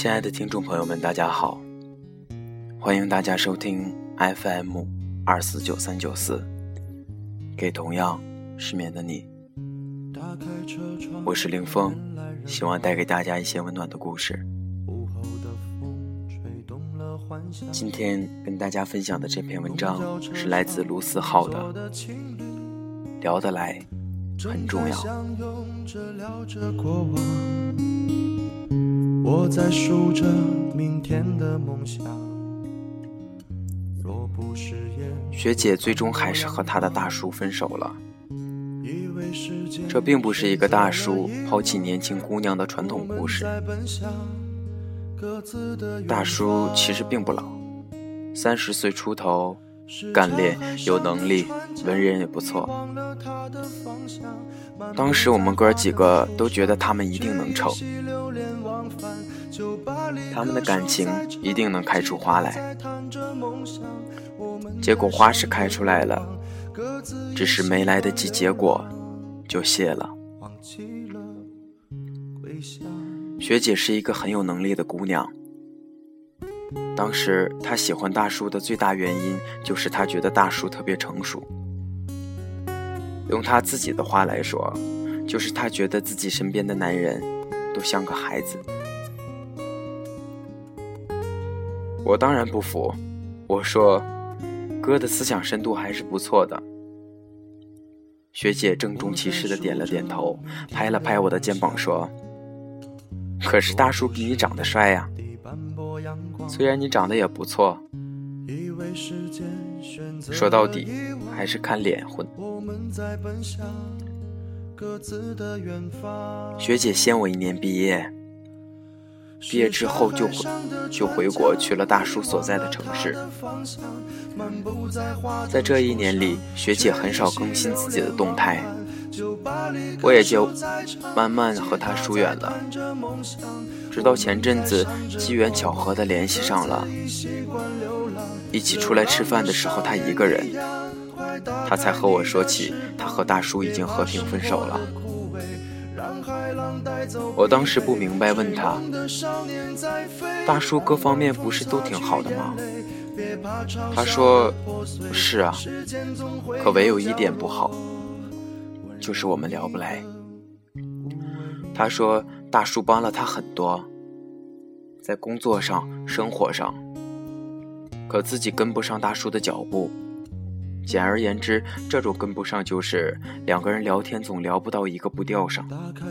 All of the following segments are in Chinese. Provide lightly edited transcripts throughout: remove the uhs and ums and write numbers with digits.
亲爱的听众朋友们，大家好，欢迎大家收听 FM249394，给同样失眠的你。我是凌风，希望带给大家一些温暖的故事。今天跟大家分享的这篇文章是来自卢思浩的，聊得来很重要。我在数着明天的梦想。学姐最终还是和她的大叔分手了。这并不是一个大叔抛弃年轻姑娘的传统故事。大叔其实并不老，30岁出头，干练有能力，文人也不错。当时我们哥几个都觉得他们一定能成，他们的感情一定能开出花来。结果花是开出来了，只是没来得及结果就谢了。学姐是一个很有能力的姑娘，当时她喜欢大叔的最大原因就是她觉得大叔特别成熟。用她自己的话来说，就是她觉得自己身边的男人都像个孩子。我当然不服，我说哥的思想深度还是不错的。学姐郑重其事地点了点头，拍了拍我的肩膀说，可是大叔比你长得帅呀，虽然你长得也不错，说到底还是看脸混。学姐先我1年毕业，毕业之后就回国去了大叔所在的城市。在这1年里，学姐很少更新自己的动态，我也就慢慢和她疏远了。直到前阵子机缘巧合地联系上了，一起出来吃饭的时候她一个人，她才和我说起她和大叔已经和平分手了。我当时不明白，问他，大叔各方面不是都挺好的吗？他说是啊，可唯有一点不好，就是我们聊不来。他说大叔帮了他很多，在工作上生活上，可自己跟不上大叔的脚步。简而言之，这种跟不上就是2个人聊天总聊不到一个步调上。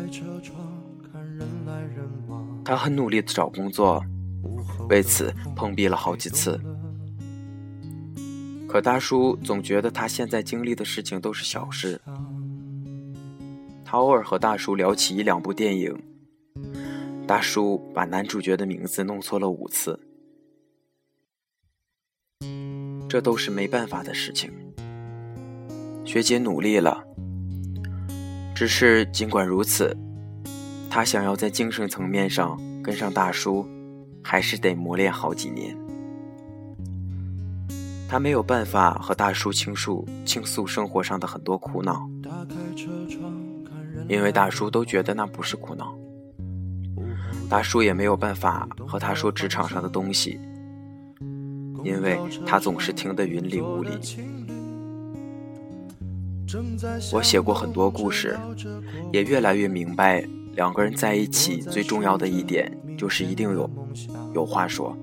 他很努力地找工作，为此碰壁了好几次。可大叔总觉得他现在经历的事情都是小事。他偶尔和大叔聊起1、2部电影，大叔把男主角的名字弄错了5次。这都是没办法的事情。学姐努力了，只是尽管如此，她想要在精神层面上跟上大叔，还是得磨练好几年。她没有办法和大叔倾诉生活上的很多苦恼，因为大叔都觉得那不是苦恼。大叔也没有办法和他说职场上的东西，因为他总是听得云里雾里。我写过很多故事，也越来越明白2个人在一起最重要的一点就是一定有话说。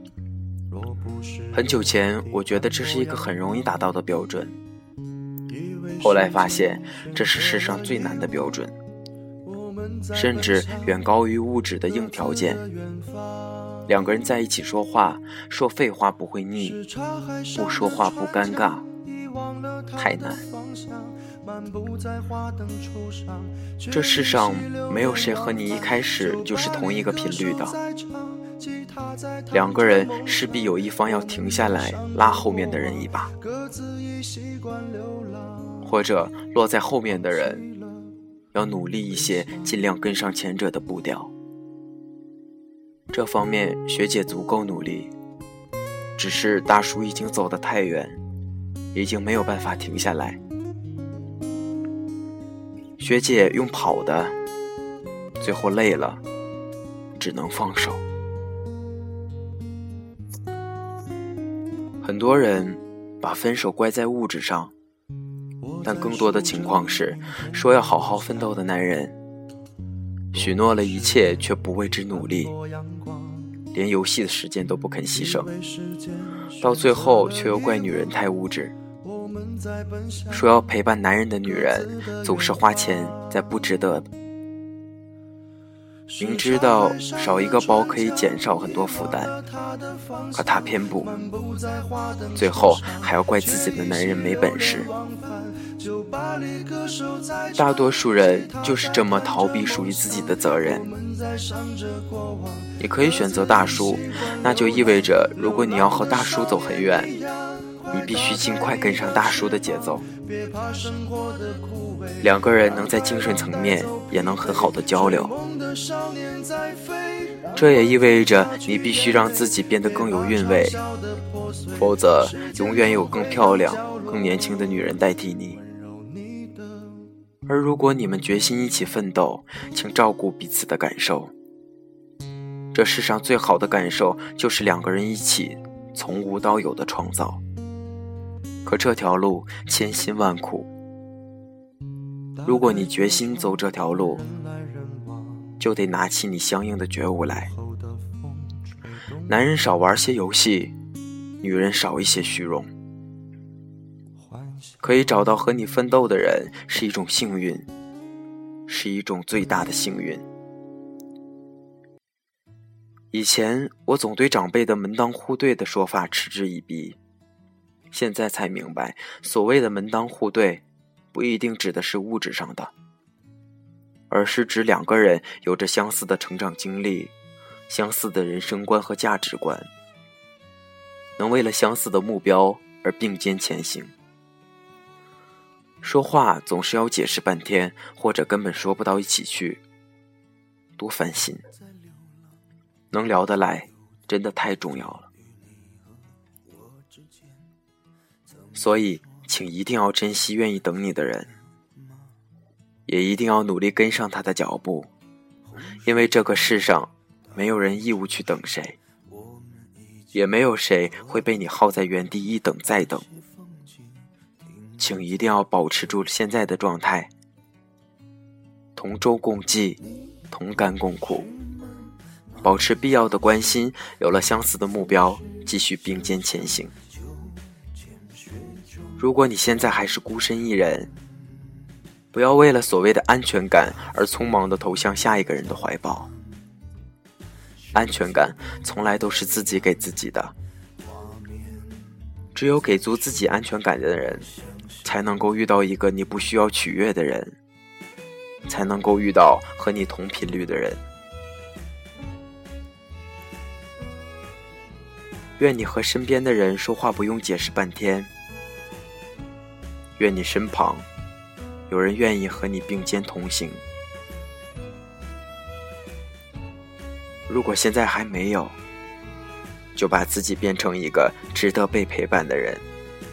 很久前我觉得这是一个很容易达到的标准，后来发现这是世上最难的标准，甚至远高于物质的硬条件。2个人在一起说话，说废话不会腻，不说话不尴尬，太难。这世上没有谁和你一开始就是同一个频率的，2个人势必有一方要停下来拉后面的人一把，或者落在后面的人要努力一些，尽量跟上前者的步调。这方面学姐足够努力，只是大叔已经走得太远，已经没有办法停下来。学姐用跑的，最后累了，只能放手。 很多人把分手怪在物质上，但更多的情况是，说要好好奋斗的男人，许诺了一切却不为之努力，连游戏的时间都不肯牺牲，到最后却又怪女人太物质。说要陪伴男人的女人，总是花钱在不值得的。明知道少一个包可以减少很多负担，可他偏不，最后还要怪自己的男人没本事。大多数人就是这么逃避属于自己的责任。你可以选择大叔，那就意味着如果你要和大叔走很远，你必须尽快跟上大叔的节奏。两个人能在精神层面也能很好的交流，这也意味着你必须让自己变得更有韵味，否则永远有更漂亮更年轻的女人代替你。而如果你们决心一起奋斗，请照顾彼此的感受。这世上最好的感受就是两个人一起从无到有的创造，可这条路千辛万苦，如果你决心走这条路，就得拿起你相应的觉悟来。男人少玩些游戏，女人少一些虚荣。可以找到和你奋斗的人是一种幸运，是一种最大的幸运。以前我总对长辈的门当户对的说法嗤之以鼻，现在才明白，所谓的门当户对不一定指的是物质上的，而是指两个人有着相似的成长经历，相似的人生观和价值观，能为了相似的目标而并肩前行。说话总是要解释半天，或者根本说不到一起去，多烦心。能聊得来真的太重要了，所以请一定要珍惜愿意等你的人，也一定要努力跟上他的脚步，因为这个世上没有人义务去等谁，也没有谁会被你耗在原地一等再等。请一定要保持住现在的状态，同舟共济，同甘共苦，保持必要的关心，有了相似的目标，继续并肩前行。如果你现在还是孤身一人，不要为了所谓的安全感而匆忙地投向下一个人的怀抱。安全感从来都是自己给自己的，只有给足自己安全感的人，才能够遇到一个你不需要取悦的人，才能够遇到和你同频率的人。愿你和身边的人说话不用解释半天，愿你身旁有人愿意和你并肩同行。如果现在还没有，就把自己变成一个值得被陪伴的人。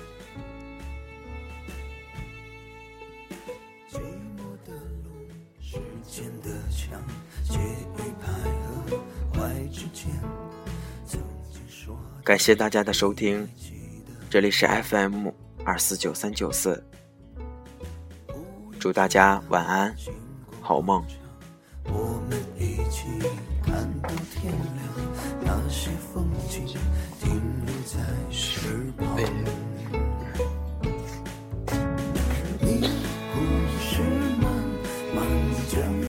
感谢大家的收听，这里是 FM249394，祝大家晚安，好梦。 我们一起看到天亮，那些风景停留在时光。